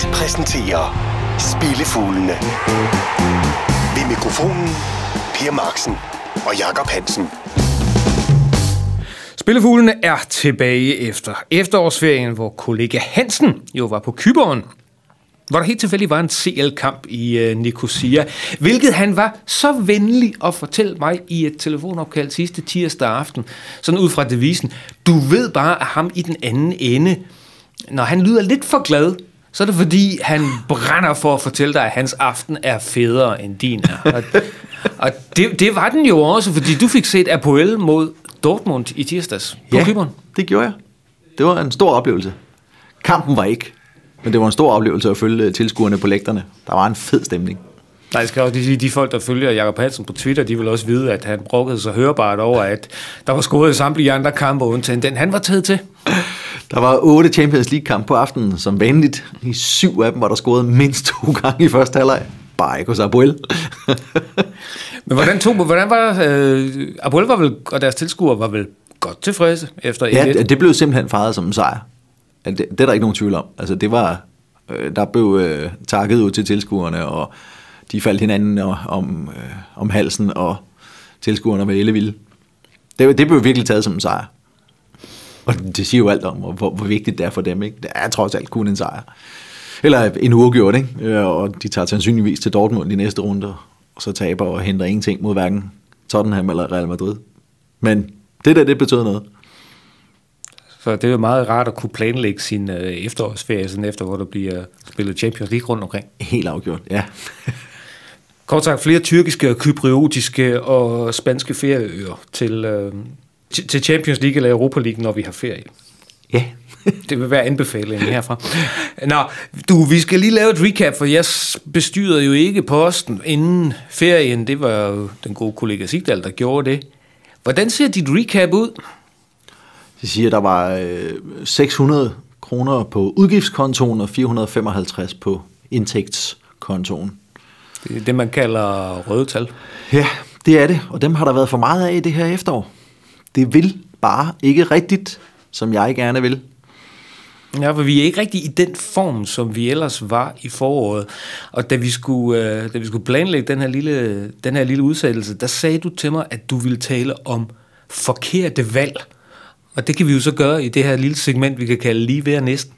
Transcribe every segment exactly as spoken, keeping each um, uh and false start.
præsenterer Spillefuglene. Ved mikrofonen Per Marksen og Jakob Hansen. Spillefuglene er tilbage efter efterårsferien, hvor kollega Hansen jo var på Cypern, hvor der helt tilfældigt var en C L-kamp i uh, Nicosia, hvilket han var så venlig at fortælle mig i et telefonopkald sidste tirsdag aften, sådan ud fra devisen: du ved bare, at ham i den anden ende, når han lyder lidt for glad, så er det fordi, han brænder for at fortælle dig, at hans aften er federe end din er. Og, og det, det var den jo også, fordi du fik set Apoel mod Dortmund i tirsdags på ja, Cypern. Det gjorde jeg. Det var en stor oplevelse. Kampen var ikke, men det var en stor oplevelse at følge tilskuerne på lægterne. Der var en fed stemning. Nej, jeg skal også sige, de folk, der følger Jakob Hansen på Twitter, de vil også vide, at han brokkede sig hørbart over, at der var scoret i samtlige andre kampe, undtagen den han var taget til. Der var otte Champions League-kampe på aftenen, som vanligt. I syv af dem var der scoret mindst to gange i første halvleg. Bare ikke hos Apoel. Men hvordan tog, hvordan var øh, Apoel var vel, og deres tilskuere var vel godt tilfredse efter et et? Ja, det blev simpelthen fejret som en sejr. Det, det er der ikke nogen tvivl om. Altså, det var, øh, der blev øh, takket ud til tilskuerne, og de faldt hinanden og, om, øh, om halsen, og tilskuerne var ellevilde. Det, det blev virkelig taget som en sejr. Og det siger jo alt om, hvor, hvor vigtigt det er for dem. Ikke? Det er trods alt kun en sejr. Eller en uafgjort, ikke? Og de tager sandsynligvis til Dortmund i næste runde, og så taber og henter ingenting mod hverken Tottenham eller Real Madrid. Men det der, det betød noget. Så det er jo meget rart at kunne planlægge sin øh, efterårsferie, sådan efter hvor der bliver spillet Champions League rundt omkring. Helt afgjort, ja. Kort sagt, flere tyrkiske, kypriotiske og spanske ferieøer til, øh, til Champions League eller Europa League, når vi har ferie. Ja. Det vil være anbefalingen herfra. Nå, du, vi skal lige lave et recap, for jeg bestyrede jo ikke posten inden ferien. Det var jo den gode kollega Sigdal, der gjorde det. Hvordan ser dit recap ud? Det siger, at der var øh, seks hundrede kroner på udgiftskontoen og fire hundrede og femoghalvtreds på indtægtskontoen. Det er det, man kalder røde tal. Ja, det er det, og dem har der været for meget af i det her efterår. Det vil bare ikke rigtigt, som jeg gerne vil. Ja, for vi er ikke rigtig i den form, som vi ellers var i foråret. Og da vi skulle, øh, da vi skulle planlægge den her, lille, den her lille udsættelse, der sagde du til mig, at du ville tale om forkerte valg. Og det kan vi jo så gøre i det her lille segment, vi kan kalde lige ved næsten.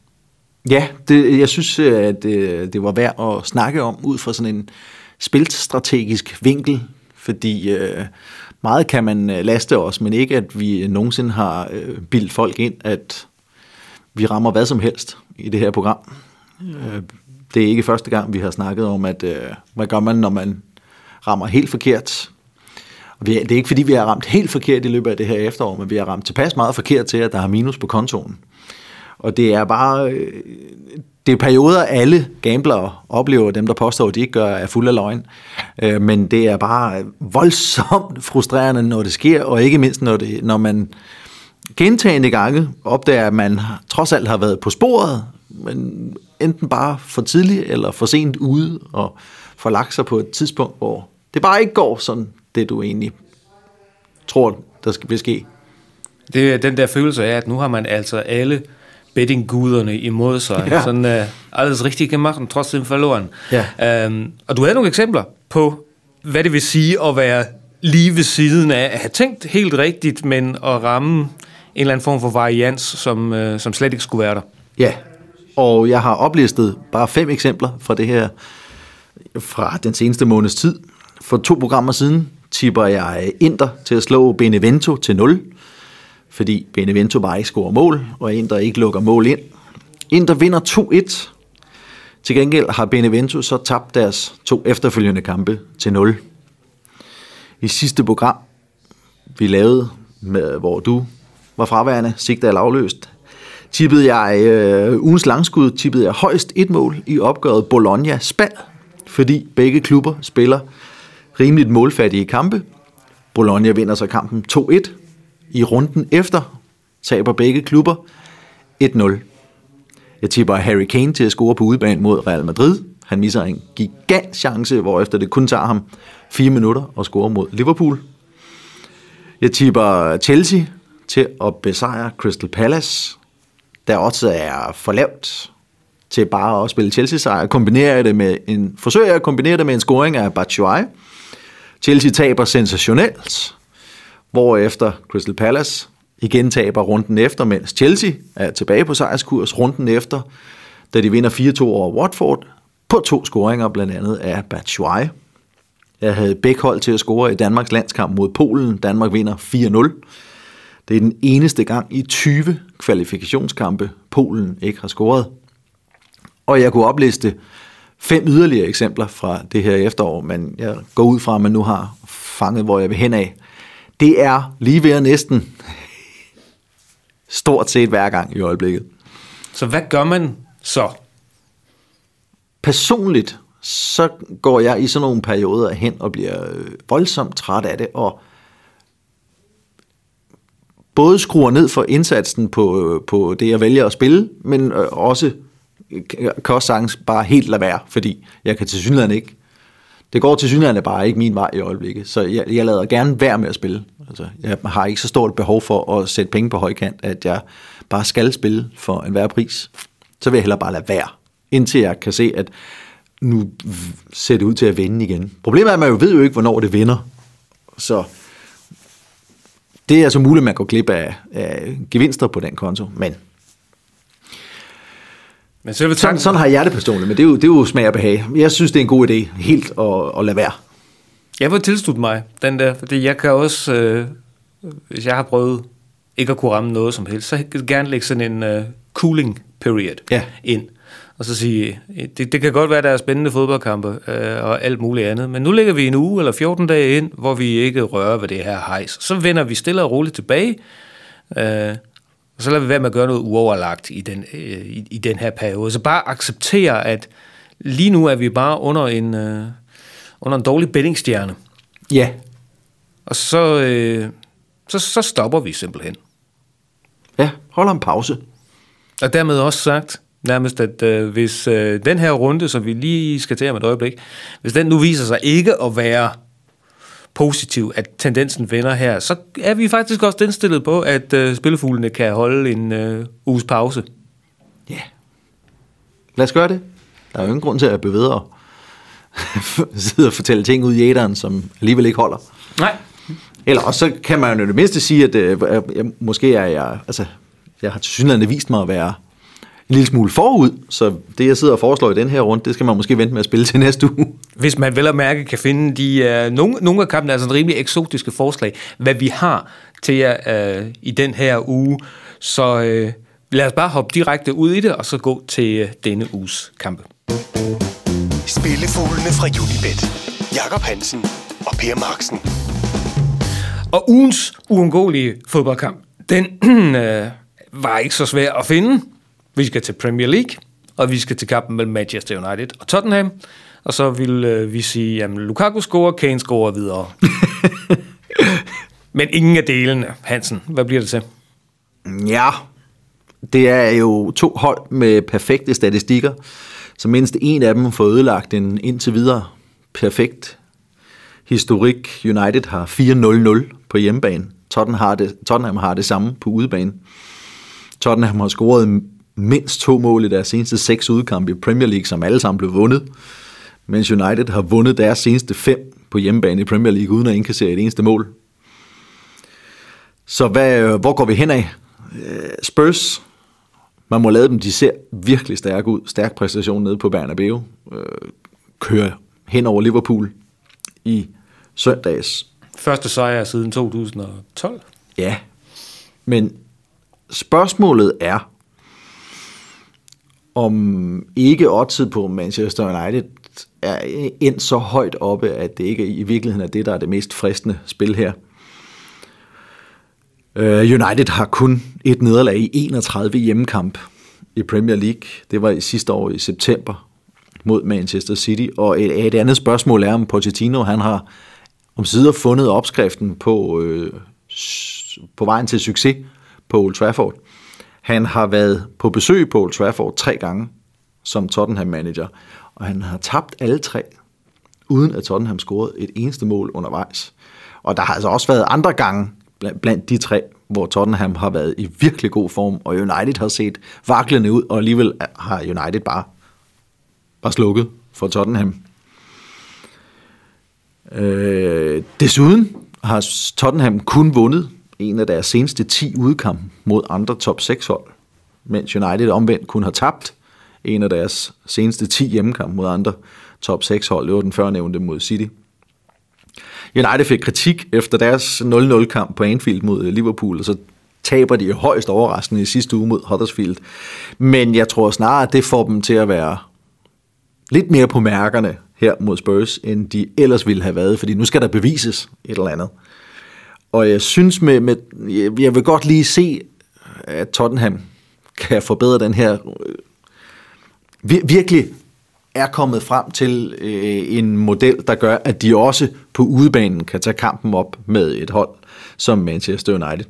Ja, det, jeg synes, at det, det var værd at snakke om ud fra sådan en spilstrategisk vinkel, fordi øh, meget kan man laste os, men ikke at vi nogensinde har øh, bildt folk ind, at vi rammer hvad som helst i det her program. Øh, det er ikke første gang, vi har snakket om, at øh, hvad gør man, når man rammer helt forkert. Og vi, det er ikke fordi, vi har ramt helt forkert i løbet af det her efterår, men vi har ramt tilpas meget forkert til, at der er minus på kontoen. Og det er bare, det er perioder, alle gamblere oplever, dem der påstår, at de ikke gør, er fuld af løgn. Men det er bare voldsomt frustrerende, når det sker, og ikke mindst, når, det, når man gentagende gange opdager, at man trods alt har været på sporet, men enten bare for tidligt eller for sent ude, og får lagt sig på et tidspunkt, hvor det bare ikke går sådan, det du egentlig tror, der skal ske. Det er den der følelse af, at nu har man altså alle bettingguderne imod sig. Ja. Sådan uh, alles rigtig gemacht, trods den forloren. Ja. Um, og du havde nogle eksempler på, hvad det vil sige at være lige ved siden af, at have tænkt helt rigtigt, men at ramme en eller anden form for varians, som, uh, som slet ikke skulle være der. Ja, og jeg har oplistet bare fem eksempler fra det her, fra den seneste måneds tid. For to programmer siden tipper jeg Inter til at slå Benevento til nul, fordi Benevento bare ikke scorer mål, og Inter ikke lukker mål ind. Inter vinder to et. Til gengæld har Benevento så tabt deres to efterfølgende kampe til nul. I sidste program, vi lavede, med, hvor du var fraværende, Sigdal afløst, tippede jeg øh, ugens langskud, tippede jeg højst et mål i opgøret Bologna-Spal, fordi begge klubber spiller rimeligt målfattige kampe. Bologna vinder så kampen to et. I runden efter taber begge klubber et nul. Jeg tipper Harry Kane til at score på udebane mod Real Madrid. Han misser en gigant chance, hvorefter det kun tager ham fire minutter at score mod Liverpool. Jeg tipper Chelsea til at besejre Crystal Palace, der også er for lavt til bare at spille Chelsea-sejr, kombinerer det med en, forsøger at kombinere det med en scoring af Batshuayi. Chelsea taber sensationelt, hvorefter Crystal Palace igen taber runden efter, mens Chelsea er tilbage på sejrskurs runden efter, da de vinder fire to over Watford, på to scoringer blandt andet af Batshuayi. Jeg havde begge hold til at score i Danmarks landskamp mod Polen. Danmark vinder fire nul. Det er den eneste gang i tyve kvalifikationskampe, Polen ikke har scoret. Og jeg kunne opliste fem yderligere eksempler fra det her efterår, men jeg går ud fra, at man nu har fanget, hvor jeg vil hen af. Det er lige ved næsten stort set hver gang i øjeblikket. Så hvad gør man så? Personligt, så går jeg i sådan nogle perioder hen og bliver voldsomt træt af det, og både skruer ned for indsatsen på, på det, jeg vælger at spille, men også kan også sagtens bare helt lade være, fordi jeg kan tilsyneladende ikke. Det går tilsyneladende bare ikke min vej i øjeblikket, så jeg, jeg lader gerne være med at spille. Altså, jeg har ikke så stort behov for at sætte penge på højkant, at jeg bare skal spille for enhver pris. Så vil jeg hellere bare lade være, indtil jeg kan se, at nu ser det ud til at vinde igen. Problemet er, at man jo ved jo ikke, hvornår det vinder. Så det er altså muligt, at man går glip af, af gevinster på den konto, men Men så sådan, sådan har jeg det personligt, men det er, jo, det er jo smag og behag. Jeg synes, det er en god idé helt at, at lade være. Jeg vil tilslutte mig den der, fordi jeg kan også, øh, hvis jeg har prøvet ikke at kunne ramme noget som helst, så kan jeg gerne lægge sådan en øh, cooling period ja. ind. Og så sige, det, det kan godt være, at der er spændende fodboldkampe øh, og alt muligt andet, men nu lægger vi en uge eller fjorten dage ind, hvor vi ikke rører ved det her hejs. Så vender vi stille og roligt tilbage, øh, og så lader vi være med at gøre noget uoverlagt i den, øh, i, i den her periode. Så bare acceptere, at lige nu er vi bare under en, øh, under en dårlig bettingstjerne. Ja. Og så, øh, så, så stopper vi simpelthen. Ja, holder en pause. Og dermed også sagt, nærmest, at øh, hvis øh, den her runde, som vi lige skal til om et øjeblik, hvis den nu viser sig ikke at være positiv, at tendensen vender her, så er vi faktisk også indstillet på, at øh, spillefuglene kan holde en øh, uges pause. Ja. Lad os gøre det. Der er jo ingen grund til at bevæge og sidde og fortælle ting ud i æteren, som alligevel ikke holder. Nej. Eller også så kan man jo det mindste sige, at øh, jeg, måske er jeg, altså, jeg har tilsyneladende vist mig at være en lille smule forud, så det, jeg sidder og foreslår i den her runde, det skal man måske vente med at spille til næste uge. Hvis man vel og mærke kan finde de, uh, nogle, nogle af kampene, altså en rimelig eksotiske forslag, hvad vi har til jer uh, i den her uge, så uh, lad os bare hoppe direkte ud i det, og så gå til uh, denne uges kampe. Spillefuglene fra Unibet. Jakob Hansen og Per Marksen. Og ugens uundgåelige fodboldkamp, den uh, var ikke så svær at finde. Vi skal til Premier League, og vi skal til kampen mellem Manchester United og Tottenham. Og så vil øh, vi sige, jamen Lukaku scorer, Kane scorer videre. Men ingen af delene, Hansen. Hvad bliver det til? Ja, det er jo to hold med perfekte statistikker. Så mindst en af dem får ødelagt en indtil videre perfekt historik. United har fire nul nul på hjemmebane. Tottenham har det, Tottenham har det samme på udebane. Tottenham har scoret mindst to mål i deres seneste seks udkampe i Premier League, som alle sammen blev vundet, mens United har vundet deres seneste fem på hjemmebane i Premier League, uden at indkassere et eneste mål. Så hvad, hvor går vi hen af? Spurs, man må lade dem, de ser virkelig stærke ud. Stærk præstation nede på Bernabeu. Kører hen over Liverpool i søndags. Første sejr siden to tusind og tolv. Ja, men spørgsmålet er, om ikke oddset på Manchester United er endt så højt oppe, at det ikke i virkeligheden er det, der er det mest fristende spil her. United har kun et nederlag i enogtredive hjemmekamp i Premier League. Det var i sidste år i september mod Manchester City. Og et, et andet spørgsmål er, om Pochettino han har omsider fundet opskriften på, øh, på vejen til succes på Old Trafford. Han har været på besøg på Old Trafford tre gange som Tottenham-manager, og han har tabt alle tre, uden at Tottenham scorede et eneste mål undervejs. Og der har altså også været andre gange blandt de tre, hvor Tottenham har været i virkelig god form, og United har set vaklende ud, og alligevel har United bare, bare slukket for Tottenham. Øh, desuden har Tottenham kun vundet en af deres seneste ti udkampe mod andre top seks hold, mens United omvendt kun har tabt en af deres seneste ti hjemmekampe mod andre top seks hold. Det var den førnævnte mod City. United fik kritik efter deres nul nul-kamp på Anfield mod Liverpool, og så taber de højst overraskende i sidste uge mod Huddersfield. Men jeg tror snarere, at det får dem til at være lidt mere på mærkerne her mod Spurs, end de ellers ville have været, fordi nu skal der bevises et eller andet. Og jeg synes, med, med jeg vil godt lige se, at Tottenham kan forbedre den her, virkelig er kommet frem til øh, en model, der gør, at de også på udebanen kan tage kampen op med et hold som Manchester United.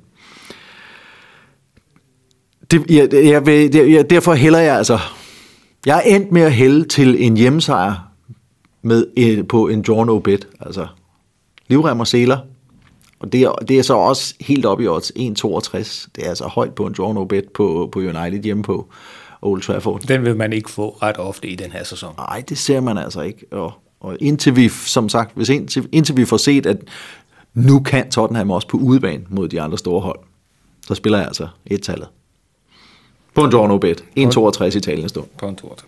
Det, jeg, jeg vil, jeg, derfor hælder jeg altså, jeg er endt med at hælde til en hjemmesejr med en, på en draw no bet, altså livrem og seler, og det er, det er så også helt op i odds en komma toogtres. Det er altså højt på en draw no bet på, på United hjemme på Old Trafford. Den vil man ikke få ret ofte i den her sæson. Nej, det ser man altså ikke. Og, og indtil vi, som sagt, hvis indtil, indtil vi får set, at nu kan Tottenham også på udebane mod de andre store hold, så spiller jeg altså et-tallet. På en draw no bet. en komma toogtres i talende stund. På en toogtres.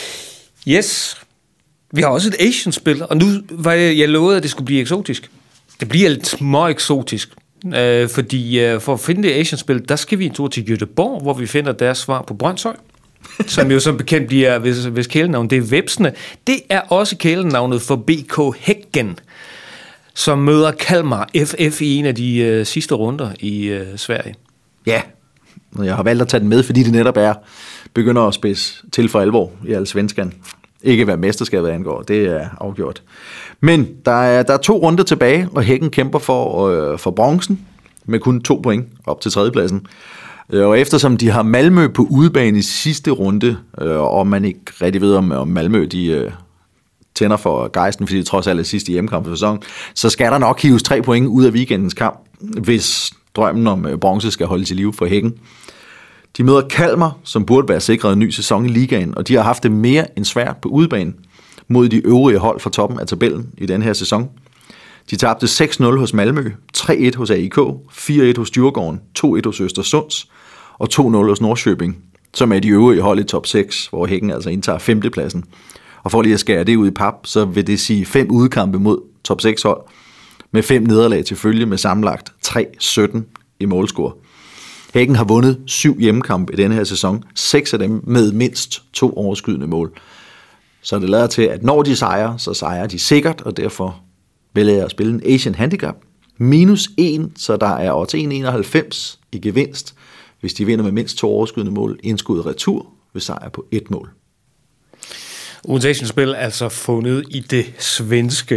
Yes. Vi har også et Asian-spil, og nu var jeg, jeg lovede, at det skulle blive eksotisk. Det bliver lidt små eksotisk, øh, fordi øh, for at finde det Asian-spil, der skal vi en tur til Göteborg, hvor vi finder deres svar på Brøndshøj, som jo som bekendt bliver, hvis, hvis kælenavn, det er Vepsene. Det er også kælenavnet for B K Häcken, som møder Kalmar F F i en af de øh, sidste runder i øh, Sverige. Ja, og jeg har valgt at tage den med, fordi det netop er begynder at spidse til for alvor i Allsvenskan. Ikke hvad mesterskabet angår, det er afgjort. Men der er, der er to runder tilbage, og Häcken kæmper for, øh, for bronzen med kun to point op til tredjepladsen. Og eftersom de har Malmø på udebane i sidste runde, øh, og man ikke rigtig ved, om, om Malmø de øh, tænder for gejsten, fordi det trods alt er sidste hjemmekamp for sæsonen, så skal der nok hives tre point ud af weekendens kamp, hvis drømmen om øh, bronze skal holdes i live for Häcken. De møder Kalmar, som burde være sikret en ny sæson i ligaen, og de har haft det mere end svært på udebane mod de øvrige hold fra toppen af tabellen i den her sæson. De tabte seks nul hos Malmø, tre et hos A I K, fire et hos Djurgården, to et hos Østersunds og to nul hos Norrköping, som er de øvrige hold i top seks, hvor Häcken altså indtager femtepladsen. Og for lige at skære det ud i pap, så vil det sige fem udkampe mod top seks hold, med fem nederlag til følge med sammenlagt tre sytten i målscore. Häcken har vundet syv hjemmekampe i denne her sæson, seks af dem med mindst to overskydende mål. Så det lader til, at når de sejrer, så sejrer de sikkert, og derfor vælger jeg at spille en Asian Handicap. Minus en, så der er odds en komma enoghalvfems i gevinst, hvis de vinder med mindst to overskydende mål, indskud retur ved sejr på et mål. Ugens Asian-spil altså fundet i det svenske.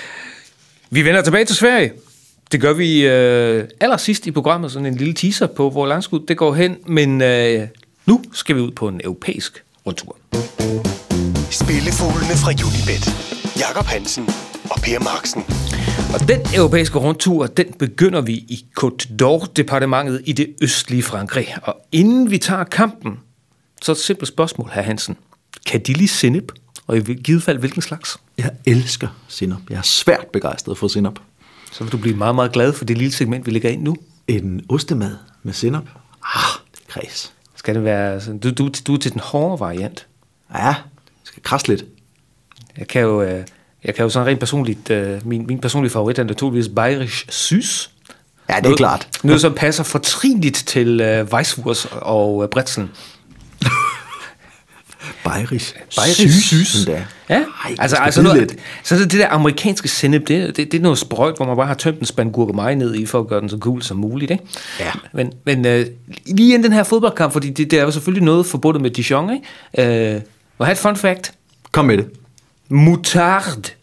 Vi vender tilbage til Sverige. Det gør vi øh, allersidst i programmet, sådan en lille teaser på, hvor langskud det går hen, men øh, nu skal vi ud på en europæisk rundtur. Spillefuglene fra Unibet. Jakob Hansen og Per Marksen. Og den europæiske rundtur, den begynder vi i Côte d'Or-departementet i det østlige Frankrig. Og inden vi tager kampen, så er et simpelt spørgsmål, hr. Hansen. Kan de lide sennep? Og i givet fald, hvilken slags? Jeg elsker sennep. Jeg er svært begejstret for sennep. Så vil du blive meget, meget glad for det lille segment, vi lægger ind nu. En ostemad med sennep. Ah, det er kræs. Skal det være sådan, du, du, du er til den hårde variant? Ja, det skal krasse lidt. Jeg kan jo, jeg kan jo sådan rent personligt, min, min personlige favorit er naturligvis Bayerisch Süß. Ja, det er noget, klart. Noget, som passer fortrinligt til uh, Weisswurst og uh, Brezeln. Bayerisch Bayerisch Süß. Ja, ja. Ej, altså, altså noget, så det der amerikanske sennep, det, det, det er noget sprøjt, hvor man bare har tømt en spand gurkemeje ned i, for at gøre den så cool som muligt, ikke? Ja. Men, men uh, lige inden den her fodboldkamp, fordi det, det er jo selvfølgelig noget forbundet med Dijon, ikke? Uh, og have et fun fact. Kom med det. Moutarde. Det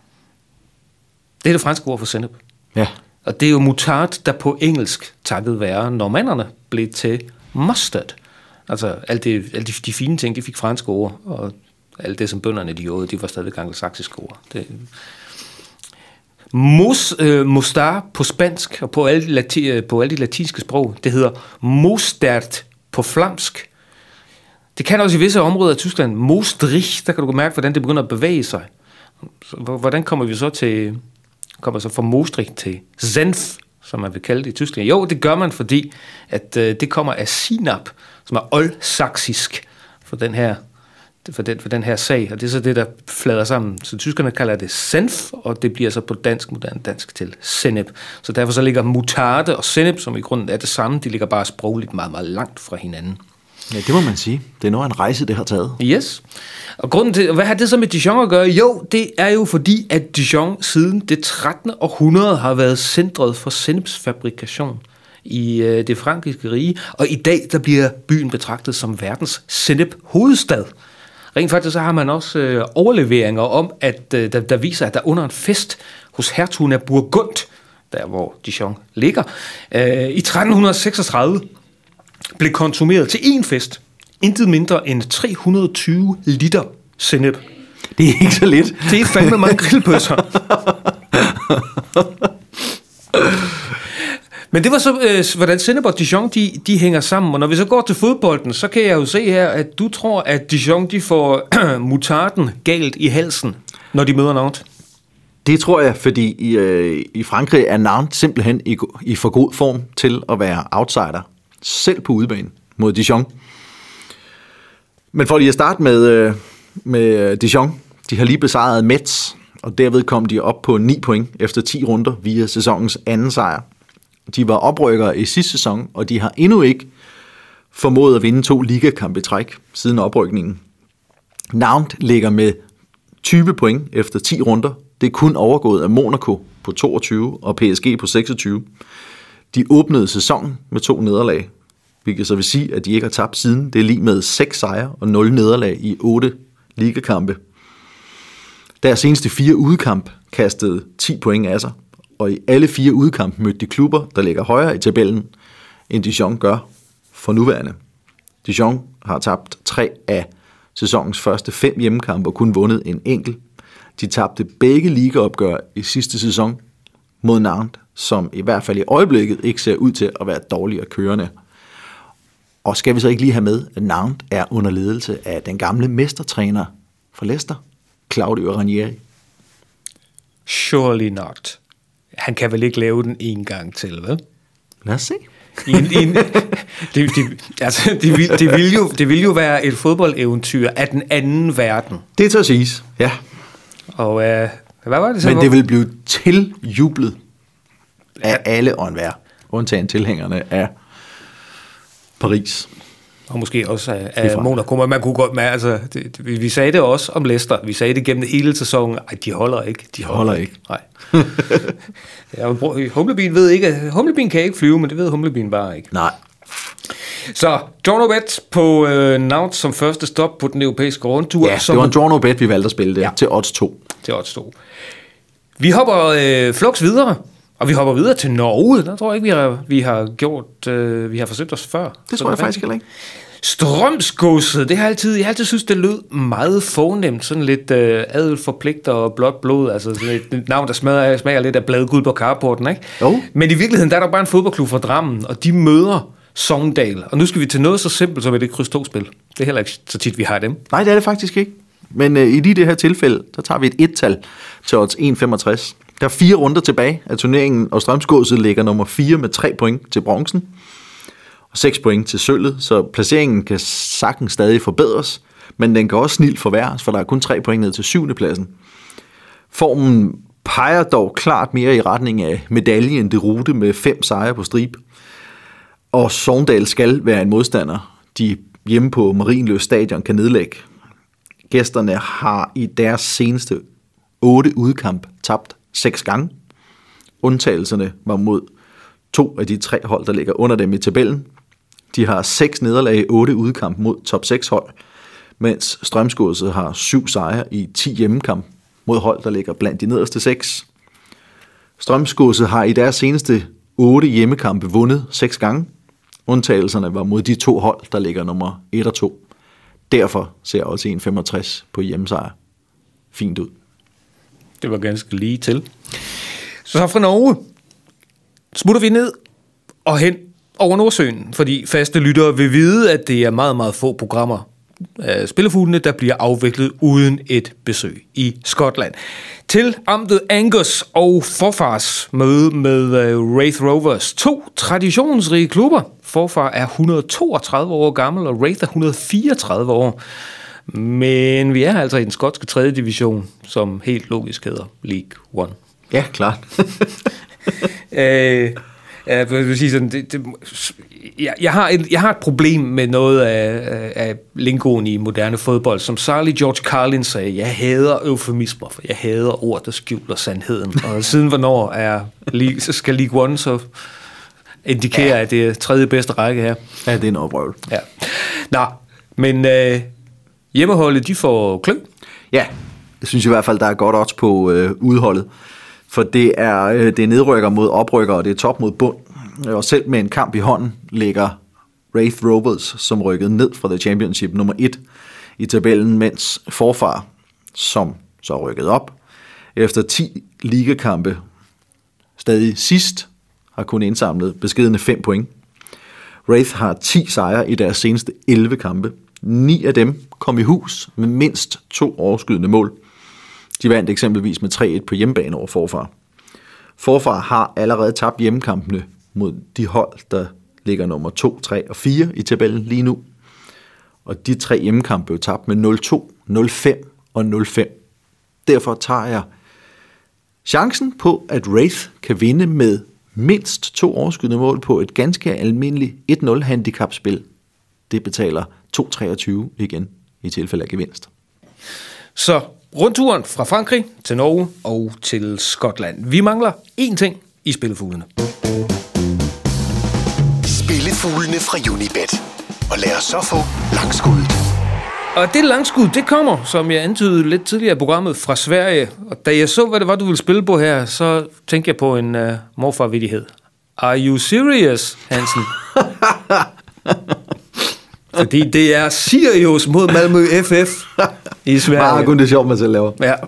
er det franske ord for sennep. Ja. Og det er jo moutarde, der på engelsk takket være normannerne blev til mustard. Altså alt det, alle de, de fine ting, de fik franske ord, og alt det, som bønderne de gjorde, de var stadig angelsaksiske ord. Det, Mos, øh, mostar på spansk og på alle, lati, på alle de latinske sprog, det hedder mostert på flamsk. Det kan også i visse områder af Tyskland. Mostrich, der kan du mærke, hvordan det begynder at bevæge sig. Hvordan kommer vi så til, kommer så fra Mostrich til Senf, som man vil kalde det i Tyskland? Jo, det gør man, fordi at, øh, det kommer af sinap, som er oldsaksisk for den her for den, for den her sag, og det er så det, der flader sammen. Så tyskerne kalder det senf, og det bliver så på dansk, moderne dansk til sennep. Så derfor så ligger mutarde og sennep, som i grunden er det samme, de ligger bare sprogligt meget, meget langt fra hinanden. Ja, det må man sige. Det er noget af en rejse, det har taget. Yes. Og grunden til, hvad har det så med Dijon at gøre? Jo, det er jo fordi, at Dijon siden det trettende århundrede har været centret for sennepsfabrikation i øh, det frankiske rige, og i dag der bliver byen betragtet som verdens sennep-hovedstad. Rent faktisk så har man også øh, overleveringer om, at øh, der, der viser, at der under en fest hos hertugen af Burgund, der hvor Dijon ligger, øh, i tretten seksogtredive blev konsumeret til én fest intet mindre end tre hundrede og tyve liter sennep. Det er ikke så lidt. Det er fandme mange grillpølser. Men det var så, øh, hvordan sennep og Dijon, de, de hænger sammen. Og når vi så går til fodbolden, så kan jeg jo se her, at du tror, at Dijon, de får mutarden galt i halsen, når de møder Nantes. Det tror jeg, fordi i, øh, i Frankrig er Nantes simpelthen i, i for god form til at være outsider. Selv på udebane mod Dijon. Men for lige at starte med, øh, med Dijon, de har lige besejret Metz, og derved kom de op på ni point efter ti runder via sæsonens anden sejr. De var oprykkere i sidste sæson, og de har endnu ikke formået at vinde to ligakampe i træk siden oprykningen. Nantes ligger med tyve point efter ti runder. Det er kun overgået af Monaco på toogtyve og P S G på seksogtyve. De åbnede sæsonen med to nederlag, hvilket så vil sige, at de ikke har tabt siden. Det er lige med seks sejre og nul nederlag i otte ligakampe. Deres seneste fire udekamp kastede ti point af sig, og i alle fire udekampe mødte de klubber, der ligger højere i tabellen, end Dijon gør for nuværende. Dijon har tabt tre af sæsonens første fem hjemmekampe og kun vundet en enkelt. De tabte begge ligaopgør i sidste sæson mod Nantes, som i hvert fald i øjeblikket ikke ser ud til at være dårligere kørende. Og skal vi så ikke lige have med, at Nantes er under ledelse af den gamle mestertræner fra Leicester, Claudio Ranieri? Surely not. Han kan vel ikke lave den en gang til, vel? Lad os se. I en, i en, det, det, altså, det, vil, det, vil jo, det vil jo være et fodboldeventyr af den anden verden. Det tager siges, ja. Og øh, hvad var det så? Men det vil blive tiljublet af alle og enhver, undtagen tilhængerne af Paris. Og måske også af, af Monaco. Men man kunne godt med, altså, det, det, vi sagde det også om Leicester. Vi sagde det gennem hele sæsonen. Ej, de holder ikke. De holder, holder ikke. Nej. Ja, Humlebien ved ikke, Humlebien kan ikke flyve, men det ved Humlebien bare ikke. Nej. Så, draw no bet på øh, Nantes som første stop på den europæiske rundtur. Ja, det var en draw no bet, vi valgte at spille det, ja. Til odds to. Til odds to. Vi hopper øh, flux videre, og vi hopper videre til Norge. Der tror jeg ikke, vi har, vi har gjort, øh, vi har forsøgt os før. Det tror jeg faktisk heller ikke. Strømsgodset, det har altid, jeg har altid synes, det lød meget fornemt, sådan lidt øh, adelforpligter og blåt blod, altså sådan et, et navn, der smager, smager lidt af bladgud på carporten, ikke? Jo. Men i virkeligheden, der er der bare en fodboldklub fra Drammen, og de møder Sogndal, og nu skal vi til noget så simpelt som et kryds to-spil. Det er heller ikke så tit, vi har dem. Nej, det er det faktisk ikke. Men øh, i lige det her tilfælde, der tager vi et et-tal til odds en komma femogtres. Der er fire runder tilbage af turneringen, og Strømsgodset ligger nummer fire med tre point til bronzen og seks point til sølvet, så placeringen kan sagtens stadig forbedres, men den kan også snilt forværres, for der er kun tre point ned til syvende pladsen. Formen peger dog klart mere i retning af medalje end det rute med fem sejre på stribe. Og Sogndal skal være en modstander, de hjemme på Marienløs Stadion kan nedlægge. Gæsterne har i deres seneste otte udkamp tabt seks gange. Undtagelserne var mod to af de tre hold, der ligger under dem i tabellen. De har seks nederlag i otte udkamp mod top seks hold, mens Strømsgodset har syv sejre i ti hjemmekamp mod hold, der ligger blandt de nederste seks. Strømsgodset har i deres seneste otte hjemmekampe vundet seks gange. Undtagelserne var mod de to hold, der ligger nummer et og to. Derfor ser også en komma femogtres på hjemmesejr fint ud. Det var ganske lige til. Så fra Norge smutter vi ned og hen over Nordsøen, fordi faste lyttere vil vide, at det er meget, meget få programmer af Spillefuglene, der bliver afviklet uden et besøg i Skotland. Til amtet Angus og Forfars møde med uh, Raith Rovers. To traditionsrige klubber. Forfar er et hundrede og toogtredive år gammel, og Raith er et hundrede og fireogtredive år. Men vi er altså i den skotske tredje division, som helt logisk hedder League One. Ja, klart. øh, jeg vil sige sådan, det, det, jeg, jeg, har et, jeg har et problem med noget af, af lingoen i moderne fodbold. Som Sarli George Carlin sagde, jeg hader eufemismer, for jeg hader ord, der skjuler sandheden. Og siden hvornår er, så skal League One så indikere, ja. At det er tredje bedste række her. Ja, det er en oprøvel. Ja. Nå, men øh, hjemmeholdet, de får klø. Ja, jeg synes i hvert fald, der er godt odds på øh, udholdet. For det er, øh, det er nedrykker mod oprykker, og det er top mod bund. Og selv med en kamp i hånden ligger Raith Rovers, som rykkede ned fra The Championship nummer et i tabellen, mens Forfar, som så rykkede op, efter ti ligakampe stadig sidst, har kun indsamlet beskedne fem point. Raith har ti sejre i deres seneste elleve kampe. Ni af dem kom i hus med mindst to overskydende mål. De vandt eksempelvis med tre et på hjemmebane over Forfar. Forfar har allerede tabt hjemmekampene mod de hold, der ligger nummer to, tre og fire i tabellen lige nu. Og de tre hjemmekampe blev tabt med nul to, nul fem og nul fem. Derfor tager jeg chancen på, at Raith kan vinde med mindst to overskydende mål på et ganske almindeligt et nul handicapspil. Det betaler to komma treogtyve igen i tilfælde af gevinst. Så rundturen fra Frankrig til Norge og til Skotland. Vi mangler én ting i Spillefuglene. Spillefuglene fra Unibet. Og lad os så få langskuddet. Og det langskud, det kommer, som jeg antydede lidt tidligere i programmet, fra Sverige. Og da jeg så, hvad det var, du ville spille på her, så tænkte jeg på en uh, morfarvittighed. Are you serious, Hansen? Fordi det er Sirius mod Malmö F F i Sverige. Bare kun det sjovt, man selv laver. Ja.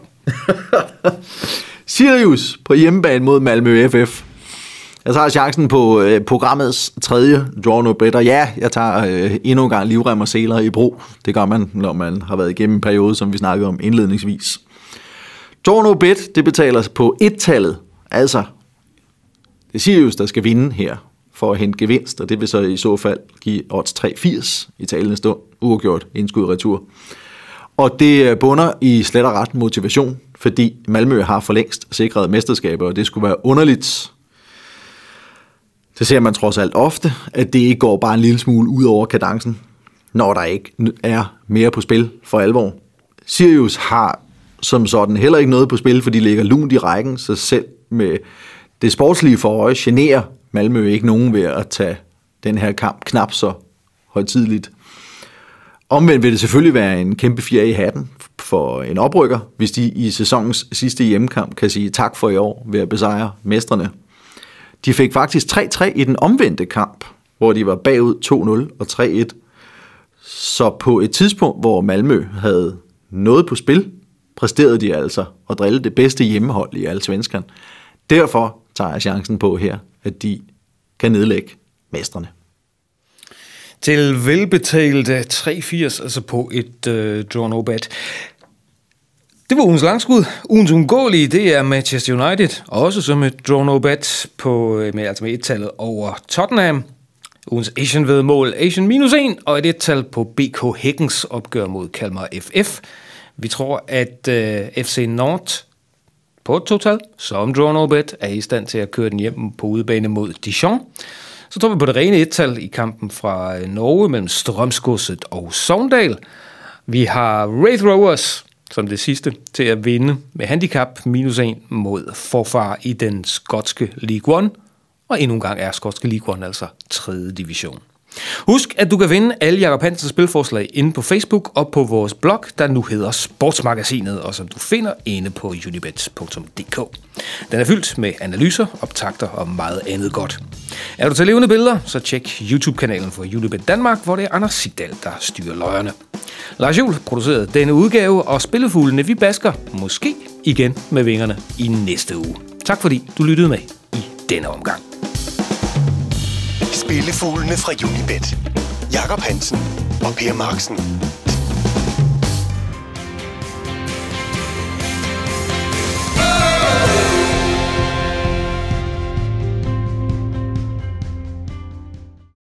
Sirius på hjemmebane mod Malmö F F. Jeg tager chancen på øh, programmets tredje Draw No Bet. Ja, jeg tager øh, endnu en gang livrem og seler i brug. Det gør man, når man har været igennem en periode, som vi snakkede om indledningsvis. Draw No Bet, det betaler på et-tallet. Altså, det er Sirius, der skal vinde her for at hente gevinst, og det vil så i så fald give odds tre komma firs i talende stund, uafgjort indskud retur. Og det bunder i slet og ret motivation, fordi Malmø har for længst sikret mesterskaber, og det skulle være underligt. Det ser man trods alt ofte, at det ikke går bare en lille smule ud over kadencen, når der ikke er mere på spil for alvor. Sirius har som sådan heller ikke noget på spil, for de ligger lunt i rækken, så selv med det sportslige for øje generer Malmø ikke nogen ved at tage den her kamp knap så højtideligt. Omvendt vil det selvfølgelig være en kæmpe fjer i hatten for en oprykker, hvis de i sæsonens sidste hjemmekamp kan sige tak for i år ved at besejre mestrene. De fik faktisk tre tre i den omvendte kamp, hvor de var bagud to nul og tre et. Så på et tidspunkt, hvor Malmø havde noget på spil, præsterede de altså at drille det bedste hjemmehold i Allsvenskan. Derfor tager jeg chancen på her, at de kan nedlægge mestrene. Til velbetalte tre komma firs, altså på et uh, Draw No Bet. Det var ugens langskud. Ugens undgåelige, det er Manchester United, også som et Draw No Bet på, med, altså med et-tallet over Tottenham. Ugens Asian-vedmål, Asian minus en, og et et-tal på B K Hækkens opgør mod Kalmar F F. Vi tror, at uh, F C Nantes på et total, som Draw No Bet, er i stand til at køre den hjem på udebane mod Dijon. Så tror vi på det rene et-tal i kampen fra Norge mellem Strømsgodset og Sogndal. Vi har Raith Rovers som det sidste til at vinde med handicap minus en mod Forfar i den skotske League One. Og endnu en gang er skotske League One altså tredje division. Husk, at du kan vinde alle Jacob Hansens spilforslag inde på Facebook og på vores blog, der nu hedder Sportsmagasinet, og som du finder inde på unibet punktum d k. Den er fyldt med analyser, optakter og meget andet godt. Er du til levende billeder, så tjek YouTube-kanalen for Unibet Danmark, hvor det er Anders Sigdal, der styrer løjerne. Lars Juhl producerede denne udgave, og Spillefuglene vi basker måske igen med vingerne i næste uge. Tak fordi du lyttede med i denne omgang. Spillefuglene fra Unibet. Jakob Hansen og Per Marksen.